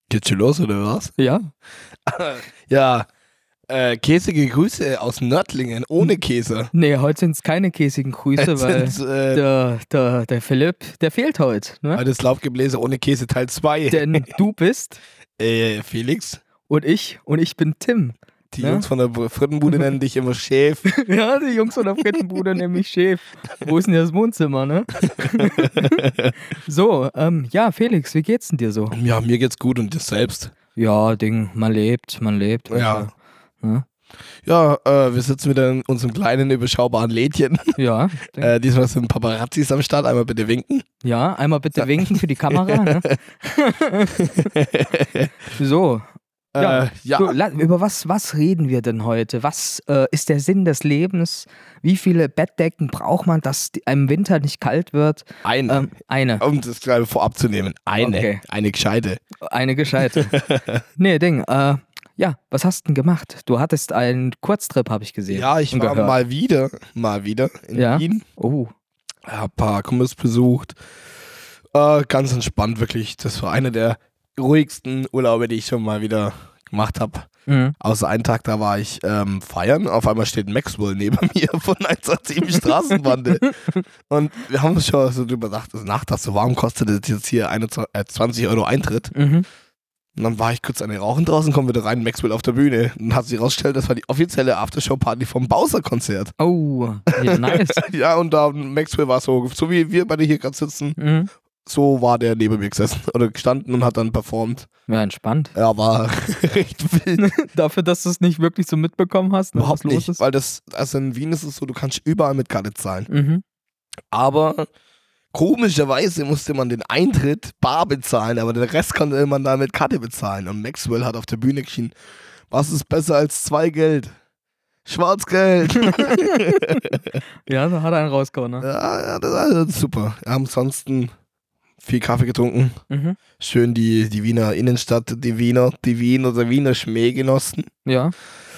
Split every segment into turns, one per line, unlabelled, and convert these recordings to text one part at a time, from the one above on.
Geht's schon los, oder was?
Ja.
Ja, käsige Grüße aus Nördlingen, ohne Käse.
Nee, heute sind es keine käsigen Grüße,
Jetzt
weil
sind's,
der Philipp, der fehlt heute. Ne?
das Laubgebläse ohne Käse Teil 2.
Denn du bist
Felix,
und ich bin Tim.
die
Ja?
Jungs von der Frittenbude nennen dich immer Chef.
Ja, die Jungs von der Frittenbude nennen mich Chef. Wo ist denn das Wohnzimmer, ne? So, ja, Felix, wie geht's denn dir so?
Ja, mir geht's gut und dir selbst.
Ja, Ding, man lebt.
Ja.
Ja,
Ja, wir sitzen wieder in unserem kleinen, überschaubaren Lädchen.
ja, Ding.
Diesmal sind Paparazzis am Start, einmal bitte winken.
Ja, einmal bitte winken für die Kamera, ne? So. Ja,
Ja.
So, über was reden wir denn heute? Was ist der Sinn des Lebens? Wie viele Bettdecken braucht man, dass einem Winter nicht kalt wird? Eine.
Um das gleich vorab zu nehmen.
Okay.
Eine gescheite.
Eine gescheite. Nee, Ding. Ja, was hast du denn gemacht? Du hattest einen Kurztrip, habe ich gesehen.
Ja, ich
und
war
gehört.
mal wieder in
Ja?
Wien.
Oh.
Hab ein paar Kumpels besucht. Ganz entspannt, wirklich. Das war einer der ruhigsten Urlaube, die ich schon mal wieder gemacht habe.
Mhm.
Außer einen Tag, da war ich feiern. Auf einmal steht Maxwell neben mir von 187 Straßenbande. Und wir haben uns schon so drüber gedacht, das Nacht, so warm kostet das jetzt hier 20 Euro Eintritt.
Mhm.
Und dann war ich kurz eine Rauchen draußen, kommen wieder rein, Maxwell auf der Bühne. Und dann hat sich rausgestellt, das war die offizielle Aftershow-Party vom Bowser-Konzert.
Oh, ja, nice.
Ja, und da Maxwell war so wie wir beide hier gerade sitzen,
Mhm.
so war der neben mir gesessen oder gestanden und hat dann performt.
Ja, entspannt.
Ja, war recht wild.
Dafür, dass du es nicht wirklich so mitbekommen hast, ne,
Überhaupt
was los
nicht,
ist.
weil also in Wien ist es so, du kannst überall mit Karte zahlen.
Mhm.
Aber komischerweise musste man den Eintritt bar bezahlen, aber den Rest konnte man dann mit Karte bezahlen. Und Maxwell hat auf der Bühne geschrien, was ist besser als 2 Geld? Schwarzgeld.
Ja, da hat er einen rausgehauen, ne?
Ja, das ist super. Wir haben ansonsten viel Kaffee getrunken.
Mhm.
Schön die Wiener Innenstadt, der Wiener Schmäh genossen.
Ja.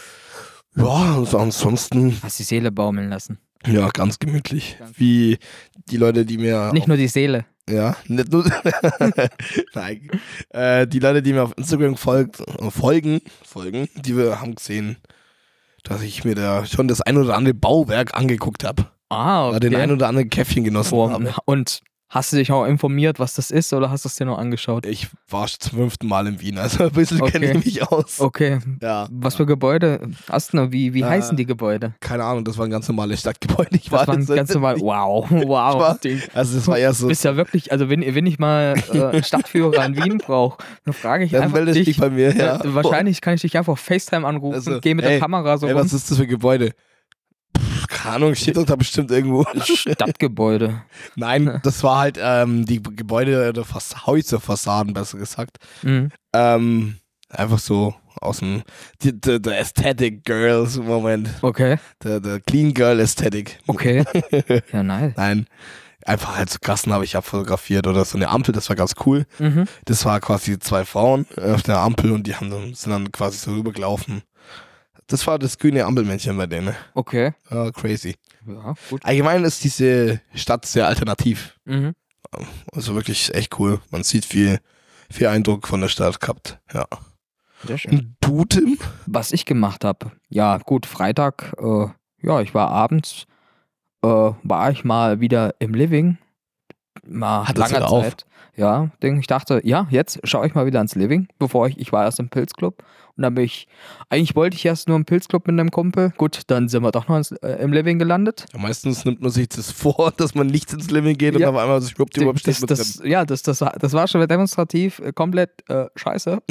Ja, also ansonsten,
Hast die Seele baumeln lassen.
ja, ganz gemütlich. Wie die Leute, die mir
Nicht nur die Seele.
ja, nicht nur nein, die Leute, die mir auf Instagram folgen, die wir haben gesehen, dass ich mir da schon das ein oder andere Bauwerk angeguckt habe.
Ah, okay.
Den ein oder anderen Käffchen genossen habe.
Und hast du dich auch informiert, was das ist, oder hast du es dir noch angeschaut?
Ich war schon zum 5. Mal in Wien, also ein bisschen
Okay.
kenne ich mich aus.
Okay.
Ja.
Was für Gebäude hast du noch? Wie heißen die Gebäude?
Keine Ahnung, das waren ganz normale Stadtgebäude. Ich
Das
war
waren
jetzt-
ganz normal. Wow. Wow.
war-
Ding.
Also das war eher so,
Du bist ja wirklich, also wenn ich mal einen Stadtführer in Wien brauche, dann frage ich
dann
einfach
meldest dich bei mir, ja.
Wahrscheinlich kann ich dich einfach auf FaceTime anrufen,
Also,
gehe mit der
ey,
Kamera so
Ey,
rum.
was ist das für Gebäude? Keine Ahnung, steht doch da bestimmt irgendwo.
Stadtgebäude.
Nein, das war halt die Gebäude oder Häuserfassaden, besser gesagt.
Mhm.
Einfach so aus dem der Aesthetic Girls Moment.
Okay.
Der Clean Girl Aesthetic.
Okay. Ja, nice.
Nein, einfach halt so Gassen habe ich abfotografiert oder so eine Ampel, das war ganz cool.
Mhm.
Das war quasi 2 Frauen auf der Ampel und die sind dann quasi so rübergelaufen. Das war das grüne Ampelmännchen bei denen.
Okay.
Ja, crazy.
Ja, gut.
Allgemein ist diese Stadt sehr alternativ.
Mhm.
Also wirklich echt cool. Man sieht viel Eindruck von der Stadt gehabt. Ja.
Sehr schön.
Und du, Tim?
Was ich gemacht habe, ja gut, Freitag, ja, ich war abends, war ich mal wieder im Living, mal
Hat das
lange
wieder auf?
Zeit. Ja, ich dachte, ja, jetzt schaue ich mal wieder ins Living, bevor ich war erst im Pilzclub und dann eigentlich wollte ich erst nur im Pilzclub mit einem Kumpel, gut, dann sind wir doch noch im Living gelandet.
Ja, meistens nimmt man sich das vor, dass man nicht ins Living geht
Ja.
und auf einmal so schwuppdiwupp steht man drin.
Das war schon demonstrativ komplett scheiße.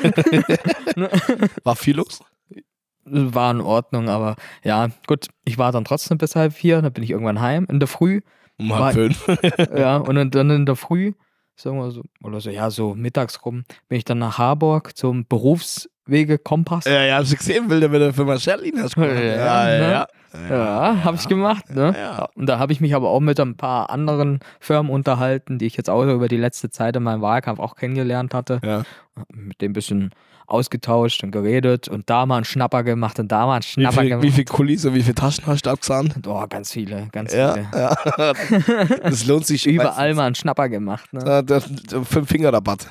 War viel los?
War in Ordnung, aber ja, gut, ich war dann trotzdem bis 3:30, dann bin ich irgendwann heim in der Früh.
Um
War-
4:30.
Ja, und dann in der Früh, sagen wir so, oder so, ja, so mittags rum, bin ich dann nach Harburg zum Berufswege-Kompass.
Ja, hast du gesehen, will der mit der Firma Sherlin hast du gemacht.
Ja, ne? Ja, habe ich gemacht, ne?
Ja.
Und da habe ich mich aber auch mit ein paar anderen Firmen unterhalten, die ich jetzt auch über die letzte Zeit in meinem Wahlkampf auch kennengelernt hatte.
Ja.
mit dem ein bisschen ausgetauscht und geredet und da mal einen Schnapper gemacht und da mal einen Schnapper gemacht.
Wie viel Kulisse, wie viele Taschen hast du abgesahnt?
Oh, ganz viele, ganz
Ja,
viele.
ja. Das lohnt sich schon.
Überall mal einen Schnapper gemacht. Ne?
Der 5-Finger-Rabatt.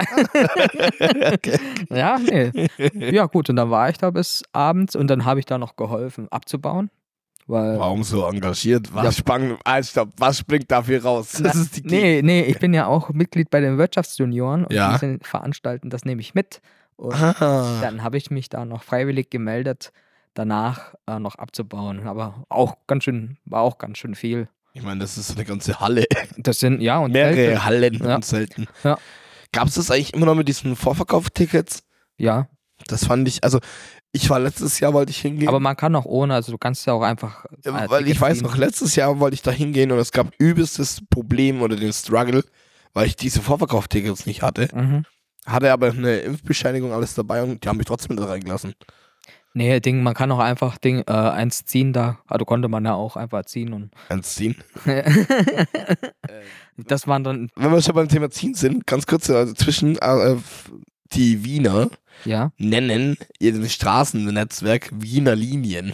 Okay.
Ja, nee. Ja, gut, und dann war ich da bis abends und dann habe ich da noch geholfen, abzubauen. Weil
Warum so engagiert? Was springt dafür raus? Das ist die
nee, ich bin ja auch Mitglied bei den Wirtschaftsjunioren und
Ja.
die sind veranstalten, das nehme ich mit. Und dann habe ich mich da noch freiwillig gemeldet, danach noch abzubauen. Aber war auch ganz schön viel.
Ich meine, das ist so eine ganze Halle.
Das sind, ja, und
Mehrere
Zelte.
Hallen
Ja.
und Zelten.
Ja.
Gab es das eigentlich immer noch mit diesen Vorverkauftickets?
Ja,
Das fand ich, also ich war letztes Jahr, wollte ich hingehen.
aber man kann auch ohne, also du kannst ja auch einfach.
Weil ich
Tickets
weiß
ziehen.
noch, letztes Jahr wollte ich da hingehen und es gab übelstes Problem oder den Struggle, weil ich diese Vorverkauftickets nicht hatte.
Mhm.
Hatte aber eine Impfbescheinigung, alles dabei und die haben mich trotzdem da reingelassen.
Nee, man kann auch einfach eins ziehen da. Also konnte man ja auch einfach ziehen und.
Eins ziehen.
Das waren dann,
Wenn wir schon beim Thema ziehen sind, ganz kurz, also zwischen die Wiener
ja.
nennen ihr Straßennetzwerk Wiener Linien.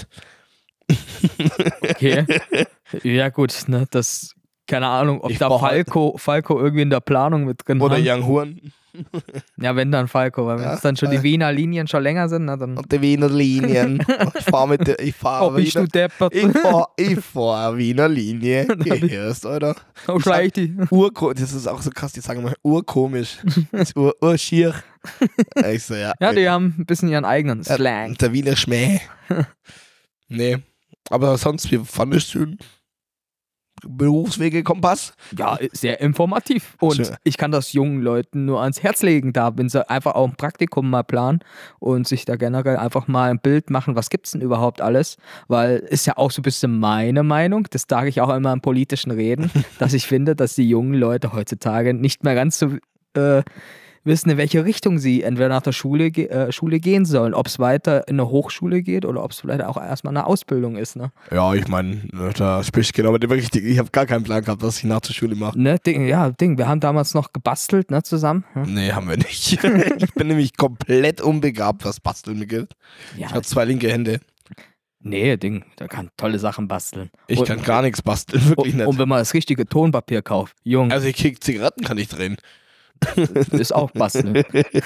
Okay. Ja, gut, ne, das, keine Ahnung, ob
Ich
da
brauch halt-
Falco irgendwie in der Planung mit drin
Oder
haben.
Young Horn
Ja, wenn dann Falco, weil wenn
Ja.
es dann schon die Wiener Linien schon länger sind, na, dann.
und die Wiener Linien. Ich fahre
Oh, bist du
wieder.
deppert.
Ich fahr Wiener Linie. Gehörst, Alter.
Oh, schlei ich die.
Das ist auch so krass, die sagen immer urkomisch. Das ist urschier. Ich so, ja.
Ja, die haben ein bisschen ihren eigenen Slang.
Der Wiener Schmäh. Nee. Aber sonst, wie fandest du den Berufswege-Kompass?
Ja, sehr informativ. Und
Schön.
ich kann das jungen Leuten nur ans Herz legen, da wenn sie einfach auch ein Praktikum mal planen und sich da generell einfach mal ein Bild machen, was gibt's denn überhaupt alles? Weil ist ja auch so ein bisschen meine Meinung, das sage ich auch immer in politischen Reden, dass ich finde, dass die jungen Leute heutzutage nicht mehr ganz so wissen, in welche Richtung sie entweder nach der Schule gehen sollen, ob es weiter in eine Hochschule geht oder ob es vielleicht auch erstmal eine Ausbildung ist. Ne?
Ja, ich meine, da sprichst du genau mit dem Richtigen. Ich habe gar keinen Plan gehabt, was ich nach der Schule mache.
Ne, wir haben damals noch gebastelt, ne, zusammen. Hm?
Nee, haben wir nicht. Ich bin nämlich komplett unbegabt, was Basteln begeht.
Ja,
Ich habe 2 linke Hände.
nee, der kann tolle Sachen basteln.
Ich
Und-
kann gar nichts basteln, wirklich nicht.
Und wenn man das richtige Tonpapier kauft, Junge,
Also ich krieg Zigaretten kann ich drehen.
ist auch basteln.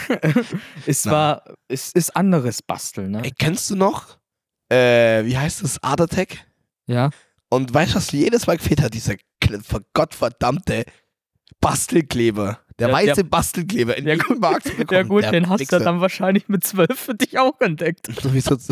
Es ist anderes Basteln, ne?
Ey, kennst du noch, wie heißt das, Art Attack?
Ja.
Und weißt du, was jedes Mal gefehlt hat? Dieser gottverdammte Bastelkleber. Der weiße Bastelkleber in jedem Markt zu bekommen.
Ja gut,
Der
den hast du
Wichser.
dann wahrscheinlich mit 12 für dich auch entdeckt.
Du bist jetzt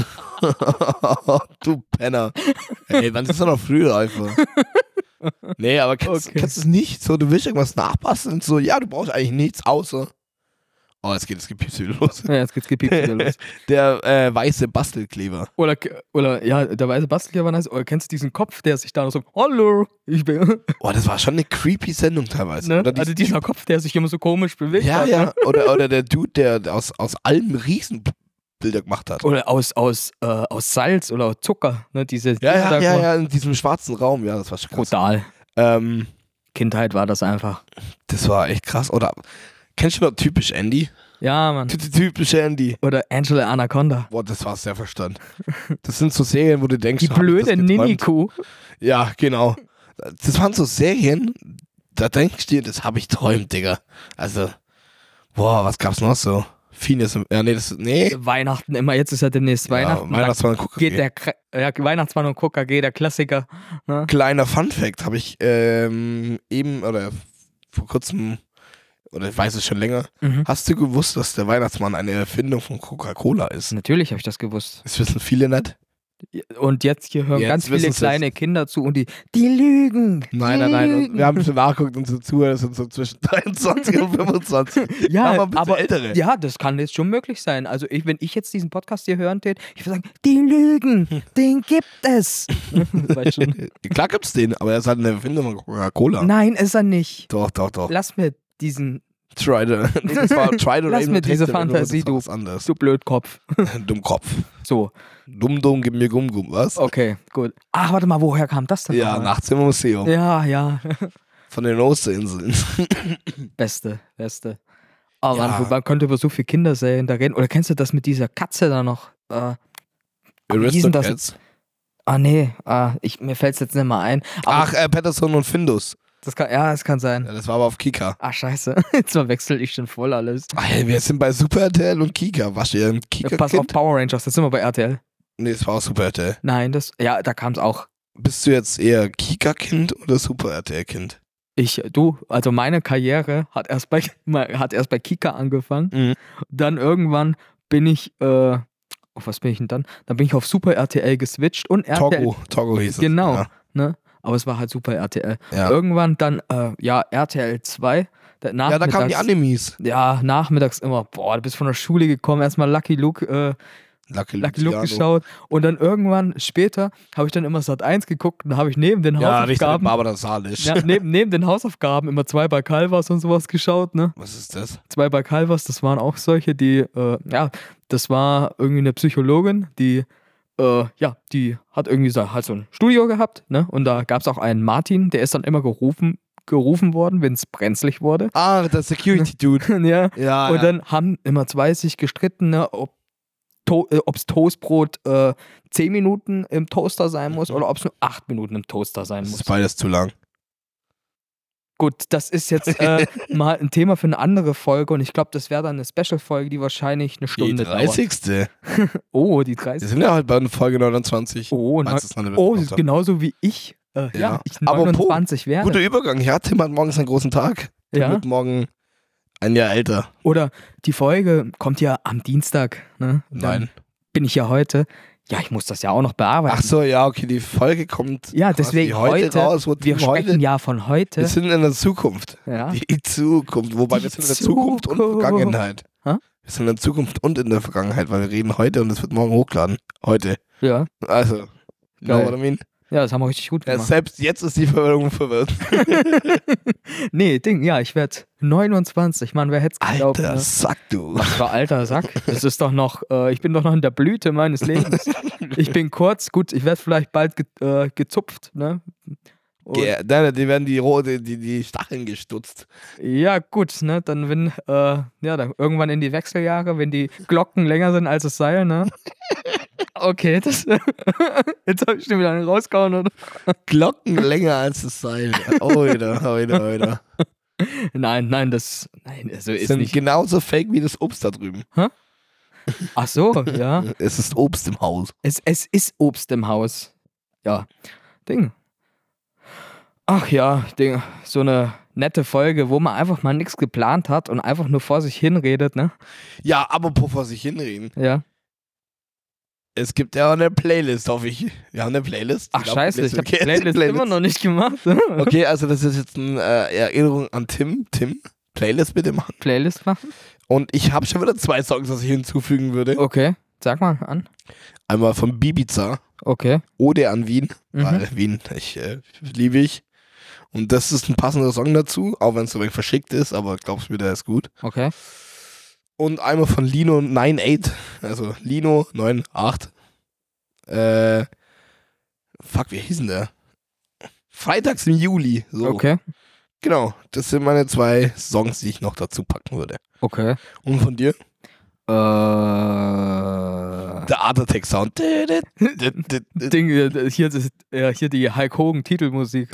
du Penner. Ey, wann ist das noch früher einfach? Nee, aber kennst du es nicht? So, du willst irgendwas nachbasteln? So, ja, du brauchst eigentlich nichts außer. Oh, jetzt geht das Gepiepst wieder los.
Ja, jetzt geht's gepiept wieder los.
Der weiße Bastelkleber.
Oder ja, der weiße Bastelkleber war nice. Oder kennst du diesen Kopf, der sich da noch so, hallo, ich bin.
Oh, das war schon eine creepy Sendung teilweise.
Ne?
Oder
Also dieser Kopf, der sich immer so komisch bewegt
ja,
hat.
ja.
Ne?
Oder der Dude, der aus allem Riesenbilder gemacht hat.
Oder aus Salz oder Zucker. Ne?
Ja, in diesem schwarzen Raum. Ja, das war schon krass.
Brutal.
Ähm,
Kindheit war das einfach.
das war echt krass. Oder kennst du noch typisch Andy?
Ja, Mann.
Typische Andy.
Oder Angela Anaconda.
Boah, das war sehr verstanden. Das sind so Serien, wo du denkst,
Die
hab ich das
blöde
geträumt?
Nini-Kuh.
Ja, genau. Das waren so Serien, da denkst du dir, das habe ich träumt, Digga. Also, boah, was gab's noch so? Phineas, nee.
Weihnachten immer, jetzt ist ja demnächst Weihnachten.
Ja, Weihnachtsmann und
Geht
KKG.
Weihnachtsmann und KKG, der Klassiker. Ne?
Kleiner Funfact habe ich eben oder vor kurzem, oder ich weiß es schon länger,
Mhm.
hast du gewusst, dass der Weihnachtsmann eine Erfindung von Coca-Cola ist?
Natürlich habe ich das gewusst.
Das wissen viele nicht.
Und jetzt hier hören
Jetzt
ganz viele
wissen's
kleine Kinder zu und die lügen.
Nein. Und wir haben schon nachgeguckt, unsere Zuhörer sind so zwischen 23 und 25.
Ja,
Aber ein bisschen
aber
ältere.
ja, das kann jetzt schon möglich sein. Also wenn ich jetzt diesen Podcast hier hören tät, ich würde sagen, die lügen, den gibt es. Weißt schon.
Klar gibt's den, aber er ist halt eine Erfindung von Coca-Cola.
Nein, ist er nicht.
Doch.
Lass mir diesen,
Tried. Nee, das war Tried or
Lass
Even
mir diese
Tasted, aber
Fantasie,
das war was anderes.
du Blödkopf.
Dummkopf.
So,
Dumm, gib mir Gumm, was?
okay, gut. Ach, warte mal, woher kam das denn?
Ja,
nochmal?
nachts im Museum.
Ja.
Von den Osterinseln.
Beste. Aber
Ja.
man könnte über so viele Kinderserien da reden. Oder kennst du das mit dieser Katze da noch? wie hieß denn das?
Aristocats.
Nee, mir fällt es jetzt nicht mal ein. Aber
Ach, Patterson und Findus.
das kann sein.
Ja, das war aber auf Kika.
Ach, scheiße. Jetzt verwechsel ich schon voll alles.
Ey, wir sind bei Super RTL und Kika. Warst du ja ein
Ja, pass auf,
Kika-Kind?
Power Rangers, jetzt sind wir bei RTL.
Nee, es war auch Super RTL.
Nein, da kam es auch.
Bist du jetzt eher Kika-Kind oder Super RTL-Kind?
Also meine Karriere hat erst bei Kika angefangen.
Mhm.
Dann irgendwann bin ich, auf was bin ich denn dann? Dann bin ich auf Super RTL geswitcht und RTL.
Togo hieß es.
Genau,
Ja.
ne? Aber es war halt Super RTL.
Ja.
Irgendwann dann, RTL 2.
Ja, da kamen die Animes.
Ja, nachmittags immer, du bist von der Schule gekommen, erstmal Lucky Luke
Lucky
Luke geschaut und dann irgendwann später habe ich dann immer Sat.1 geguckt und habe ich neben den
Ja, richtig
Hausaufgaben
Barbara Salisch.
ja, neben den Hausaufgaben immer 2 bei Calvas und sowas geschaut, ne?
Was ist das?
2 bei Calvas, das waren auch solche, die, das war irgendwie eine Psychologin, die hat irgendwie so ein Studio gehabt, ne? Und da gab es auch einen Martin, der ist dann immer gerufen worden, wenn es brenzlig wurde.
Ah, der Security-Dude.
Ja.
Ja,
Und dann haben immer 2 sich gestritten, ne, ob's Toastbrot 10 Minuten im Toaster sein muss oder ob es nur 8 Minuten im Toaster sein
das
muss.
ist beides zu lang.
Gut, das ist jetzt mal ein Thema für eine andere Folge und ich glaube, das wäre dann eine Special-Folge, die wahrscheinlich eine Stunde
Die 30.
dauert. Oh, die
Wir
30.
sind ja halt bei Folge 29.
Oh,
falls es noch nicht
das ist
mitbekommen
genauso wie ich.
Ja.
Ich
Aber
29 werde.
Guter Übergang. Ja, Tim hat morgen seinen großen Tag. Tim
Ja.
wird morgen ein Jahr älter.
Oder die Folge kommt ja am Dienstag. Ne? Dann
Nein.
bin ich ja heute. Ja, ich muss das ja auch noch bearbeiten.
Ach so, ja, okay, die Folge kommt
Ja,
quasi
deswegen
heute raus.
wir sprechen ja von heute.
Wir sind in der Zukunft.
Ja.
Die Zukunft. Wobei
Die
wir sind in der Zukunft und
Zukunft.
Vergangenheit.
Hä?
Wir sind in der Zukunft und in der Vergangenheit, weil wir reden heute und es wird morgen hochgeladen. Heute.
Ja.
Also, you know
Geil.
what I mean?
Ja, das haben wir richtig gut
Ja,
gemacht.
selbst jetzt ist die Verwirrung verwirrt.
Nee, ich werde 29. Mann, wer hätte es geglaubt?
Alter,
Ne?
Sack du.
Was für alter Sack. Das ist doch noch, ich bin doch noch in der Blüte meines Lebens. Ich bin kurz, gut, ich werde vielleicht bald gezupft, ne? Und,
Ja, nein, die werden die Stacheln gestutzt.
ja, gut, ne? Dann dann irgendwann in die Wechseljahre, wenn die Glocken länger sind als das Seil, ne? Okay, jetzt habe ich schon wieder einen rausgehauen, oder?
Glocken länger als das Seil. Oida.
Nein, also ist
Sind
nicht.
genauso fake wie das Obst da drüben.
Ach so, ja.
Es ist Obst im Haus.
Es ist Obst im Haus. Ja, Ding. Ach ja, Ding. So eine nette Folge, wo man einfach mal nichts geplant hat und einfach nur vor sich hinredet, ne?
Ja, aber bevor sich hinreden.
Ja.
Es gibt ja auch eine Playlist, hoffe ich. Wir haben eine Playlist.
Ach
glaub,
scheiße, ich habe die
okay,
Playlist immer noch nicht gemacht.
Okay, also das ist jetzt eine Erinnerung an Tim. Tim, Playlist bitte machen.
Playlist machen?
Und ich habe schon wieder 2 Songs, was ich hinzufügen würde.
Okay, sag mal an.
Einmal von Bibiza,
Okay.
Ode an Wien,
Mhm.
weil Wien liebe ich. Und das ist ein passender Song dazu, auch wenn es so ein wenig verschickt ist, aber glaubst mir, der ist gut.
Okay.
Und einmal von Lino 98, also Lino 98. Wie hieß denn der? Freitags im Juli. So.
Okay.
Genau, das sind meine 2 Songs, die ich noch dazu packen würde.
Okay.
Und von dir? Der Artertext-Sound.
Ding, hier die Hulk Hogan Titelmusik.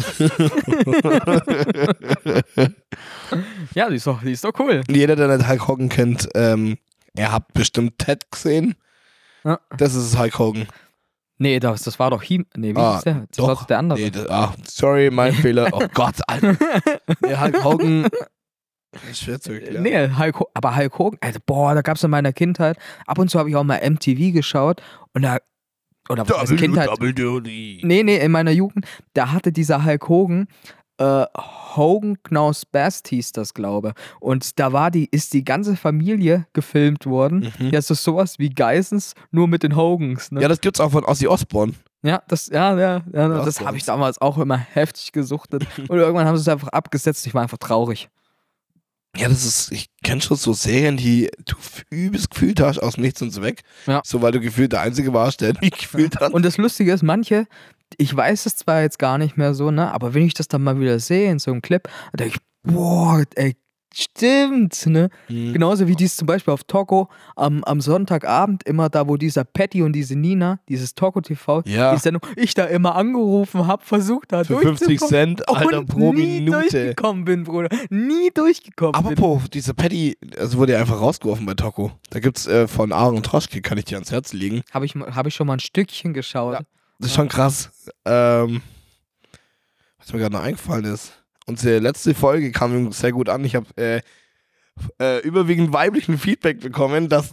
Ja, die ist doch cool.
Jeder, der nicht Hulk Hogan kennt, er hat bestimmt Ted gesehen.
Ja.
Das ist Hulk Hogan.
Nee, das war doch wie hieß der? Das war doch der andere.
Nee, sorry, mein Fehler. Oh Gott, Alter. Nee, Hulk Hogan. Ist schwer zu erklären.
Nee, aber Hulk Hogan, also, da gab es in meiner Kindheit, ab und zu habe ich auch mal MTV geschaut und da, oder was heißt Kindheit? Nee, in meiner Jugend, da hatte dieser Hulk Hogan, Hogan Knows Best hieß das, glaube ich. Und da ist die ganze Familie gefilmt worden.
Mhm.
Ja, es ist sowas wie Geissens, nur mit den Hogans. Ne?
Ja, das gibt's auch von Ozzy Osbourne.
Ja, das habe ich damals auch immer heftig gesuchtet. Und irgendwann haben sie es einfach abgesetzt. Ich war einfach traurig.
Ja, ich kenne schon so Serien, die du übelst gefühlt hast, aus dem Nichts und so weg.
Ja.
So, weil du gefühlt der Einzige warst, der nicht gefühlt hat.
Und das Lustige ist, manche, ich weiß es zwar jetzt gar nicht mehr so, ne, aber wenn ich das dann mal wieder sehe in so einem Clip, dann denke ich, boah, ey, Stimmt, ne?
Mhm.
Genauso wie dies zum Beispiel auf Togo am Sonntagabend, immer da, wo dieser Patty und diese Nina, dieses Togo TV,
Ja.
die Sendung, ich da immer angerufen habe, versucht da
Für 50
durchzukommen
Cent, Alter,
und
pro
nie
Minute.
durchgekommen bin, Bruder. Nie durchgekommen bin.
Apropos, diese Patty, also wurde ja einfach rausgeworfen bei Togo. Da gibt's von Aaron Troschke, kann ich dir ans Herz legen.
Habe ich schon mal ein Stückchen geschaut.
Ja. Das ist schon krass. Was mir gerade noch eingefallen ist. Unsere letzte Folge kam sehr gut an. Ich habe überwiegend weiblichen Feedback bekommen, dass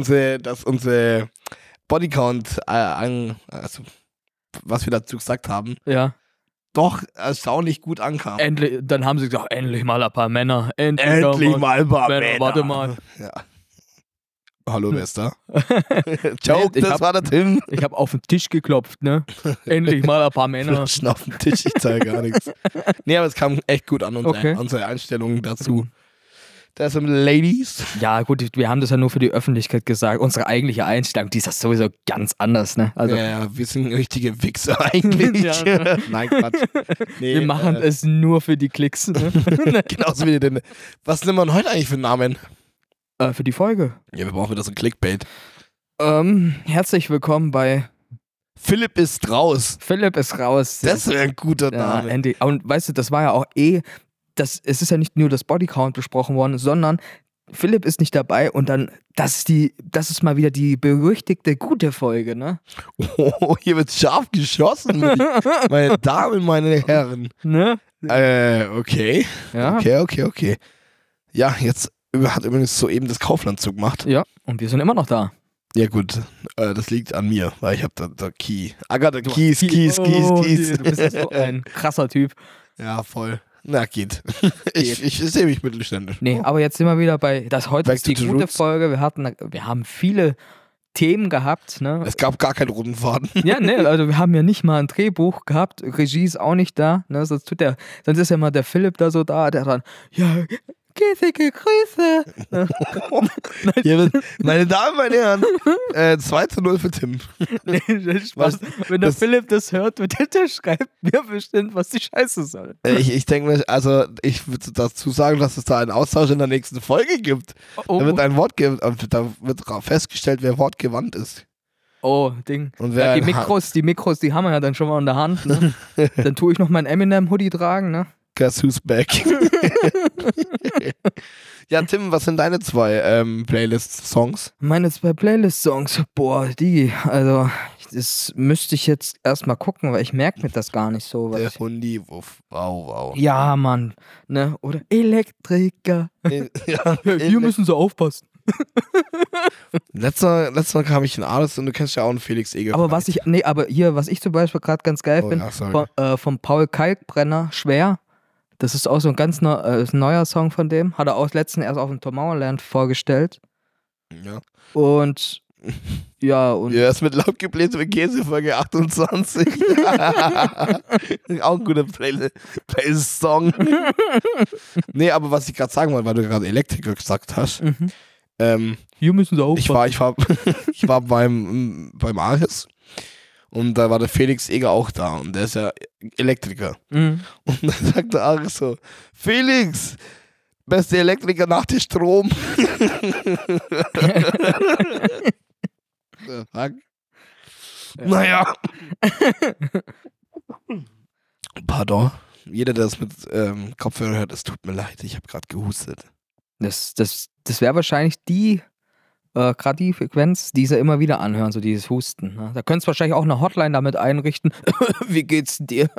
unsere Bodycount, also was wir dazu gesagt haben,
Ja.
doch erstaunlich gut ankam.
Endlich, dann haben sie gesagt, endlich mal ein paar Männer.
Endlich mal ein paar Männer.
Warte mal.
Ja. Hallo, Wester. Joke,
Ich
das
hab-
war der Tim.
Ich habe auf den Tisch geklopft, ne? Endlich mal ein paar Männer.
Flaschen auf dem Tisch, ich zeige gar nichts. Nee, aber es kam echt gut an,
Okay.
unsere Einstellungen dazu. Da sind Ladies.
Ja, gut, wir haben das ja nur für die Öffentlichkeit gesagt. Unsere eigentliche Einstellung, die ist ja sowieso ganz anders, ne? Also,
Ja, wir sind richtige Wichser eigentlich.
Ja.
Nein, Quatsch. Nee,
wir machen es nur für die Klicks, ne?
Genauso wie den. Was nehmen wir denn heute eigentlich für einen Namen?
Für die Folge.
Ja, wir brauchen wieder so ein Clickbait.
Herzlich willkommen bei
Philipp ist raus.
Philipp ist raus.
Das wäre ein guter
ja,
Name.
endlich. Und weißt du, das war ja auch es ist ja nicht nur das Bodycount besprochen worden, sondern Philipp ist nicht dabei und dann, das ist mal wieder die berüchtigte gute Folge, ne?
Oh, hier wird scharf geschossen, meine Damen, meine Herren.
Ne?
Okay.
Ja.
Okay. Ja, jetzt hat übrigens soeben das Kaufland zugemacht.
Ja, und wir sind immer noch da.
Ja gut, das liegt an mir, weil ich habe da Key. I got the keys.
Du bist so ein krasser Typ.
Ja, voll. Na, geht. Ich sehe mich mittelständisch.
Nee, aber jetzt sind wir wieder bei, heute
Back
ist die
to the
gute
roots.
Folge. Wir haben viele Themen gehabt, ne?
Es gab gar keinen roten Faden.
Ja, ne, also wir haben ja nicht mal ein Drehbuch gehabt, Regie ist auch nicht da, ne? Sonst ist ja mal der Philipp da so da, der dann, ja, Käsige Grüße.
Hier wird, meine Damen, meine Herren, 2:0 für Tim.
Nee, Spaß. Wenn der
das-
Philipp das hört, der schreibt mir bestimmt, was die Scheiße soll.
Ich denke mir, also ich würde dazu sagen, dass es da einen Austausch in der nächsten Folge gibt.
Oh,
Da wird ein Wort da wird festgestellt, wer wortgewandt ist.
Ding.
Und wer
Ja, die
ein
Mikros, die haben wir ja dann schon mal in der Hand, ne? Dann tue ich noch mein Eminem-Hoodie tragen, ne?
Guess who's back? Ja, Tim, was sind deine 2 Playlist-Songs?
Meine 2 Playlist-Songs, boah, also, das müsste ich jetzt erstmal gucken, weil ich merke mir das gar nicht so.
Der Hundi-Wuff. Wow.
Ja, Mann, ne? Oder Elektriker.
Ja,
Hier müssen sie aufpassen.
letztes Mal kam ich in Ades und du kennst ja auch einen Felix Eger.
Aber was ich zum Beispiel gerade ganz geil
Oh,
finde,
ja, sorry.
von Paul Kalkbrenner, Schwer. Das ist auch so ein ganz neuer Song von dem. Hat er auch letztens erst auf dem Tomorrowland vorgestellt.
Ja.
Und ja, und
Ja, ist mit lautgebläsenem Käse Folge 28. Auch ein guter Playlist-Song. Nee, aber was ich gerade sagen wollte, weil du gerade Elektriker gesagt hast.
hier müssen sie aufpassen.
Ich war beim Aris und da war der Felix Eger auch da und der ist ja Elektriker.
Mhm.
Und dann sagt der Aris so, Felix, beste Elektriker nach dem Strom. Fuck. Naja. Pardon. Jeder, der das mit Kopfhörer hört, es tut mir leid, ich habe gerade gehustet.
Das wäre wahrscheinlich gerade die Frequenz, die sie immer wieder anhören, so dieses Husten. Ne? Da könntest du wahrscheinlich auch eine Hotline damit einrichten. Wie geht's dir?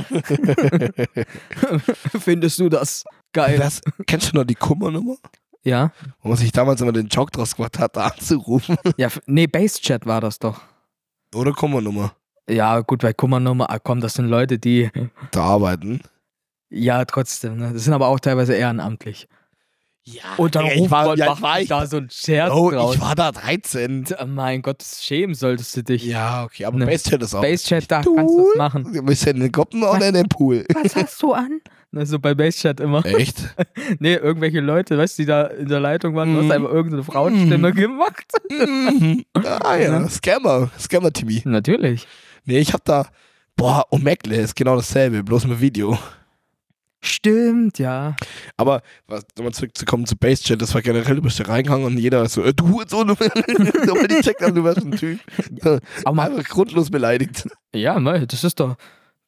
Findest du das geil?
Kennst du noch die Kummernummer?
Ja?
Wo man sich damals immer den Joke draus gemacht hat, da anzurufen.
Ja, nee, Basechat war das doch.
Oder Kummernummer.
Ja, gut, bei Kummernummer, komm, das sind Leute, die,
Da arbeiten.
ja, trotzdem, ne? Das sind aber auch teilweise ehrenamtlich.
Ja,
Und dann
ich war
da so ein Scherz
Oh,
draus.
ich war da 13.
Mein Gott, schämen solltest du dich.
Ja, okay, aber
Ne.
Basechat ist auch.
Basechat, da kannst du das machen.
Du bist ja in den Gruppen oder in den Pool.
Was hast du an? Also bei Basechat immer.
Echt?
Nee, irgendwelche Leute, weißt du, die da in der Leitung waren, du hast einfach irgendeine Frauenstimme gemacht.
Ah ja, Scammer-Timmy.
Natürlich.
Nee, ich hab da, Omegle ist genau dasselbe, bloß mit Video.
Stimmt, ja.
Aber, nochmal zurückzukommen zu Base-Chat, das war generell, du bist da reingegangen und jeder so, du Hurensohn, du die checkt an, du warst ein Typ.
Aber
Einfach grundlos beleidigt.
ja, ne, das ist doch,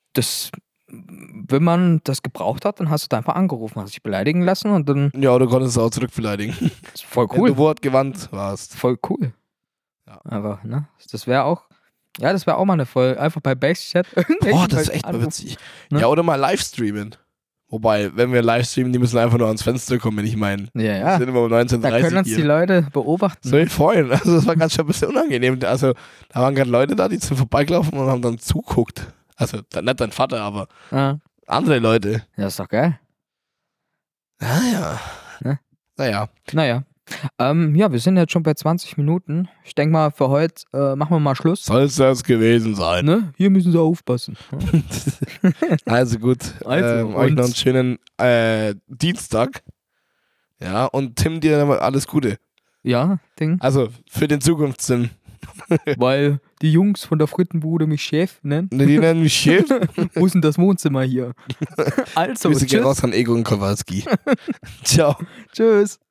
wenn man das gebraucht hat, dann hast du da einfach angerufen, hast dich beleidigen lassen und dann
Ja, du konntest es auch zurückbeleidigen.
ist voll
Wenn
cool.
du wortgewandt warst.
Voll cool.
Ja.
Aber, ne, das wäre auch mal eine Folge, einfach bei Base-Chat.
Boah, das ist echt mal witzig.
Ne?
Ja, oder mal live streamen. Wobei, wenn wir live streamen, die müssen einfach nur ans Fenster kommen, wenn ich meine.
Ja,
Wir
ja.
sind immer um
Da
19:30
können uns die
hier.
Leute beobachten.
Soll ich freuen? Also, das war ganz schön ein bisschen unangenehm. Also, da waren gerade Leute da, die sind vorbeigelaufen und haben dann zuguckt. Also, nicht dein Vater, aber
Ja.
andere Leute.
Ja, ist doch geil.
Naja.
Ne?
Naja.
Naja. Ja, wir sind jetzt schon bei 20 Minuten. Ich denke mal, für heute machen wir mal Schluss.
Soll es das gewesen sein?
Ne? Hier müssen sie aufpassen.
Also gut.
Also,
euch
und-
noch einen schönen Dienstag. Ja, und Tim, dir alles Gute.
Ja, Ding.
Also, für den Zukunftssinn.
Weil die Jungs von der Frittenbude mich Chef nennen.
Die nennen mich Chef.
Wo ist denn das Wohnzimmer hier? Also,
Grüße gehen
tschüss.
raus an Egon Kowalski. Ciao.
Tschüss.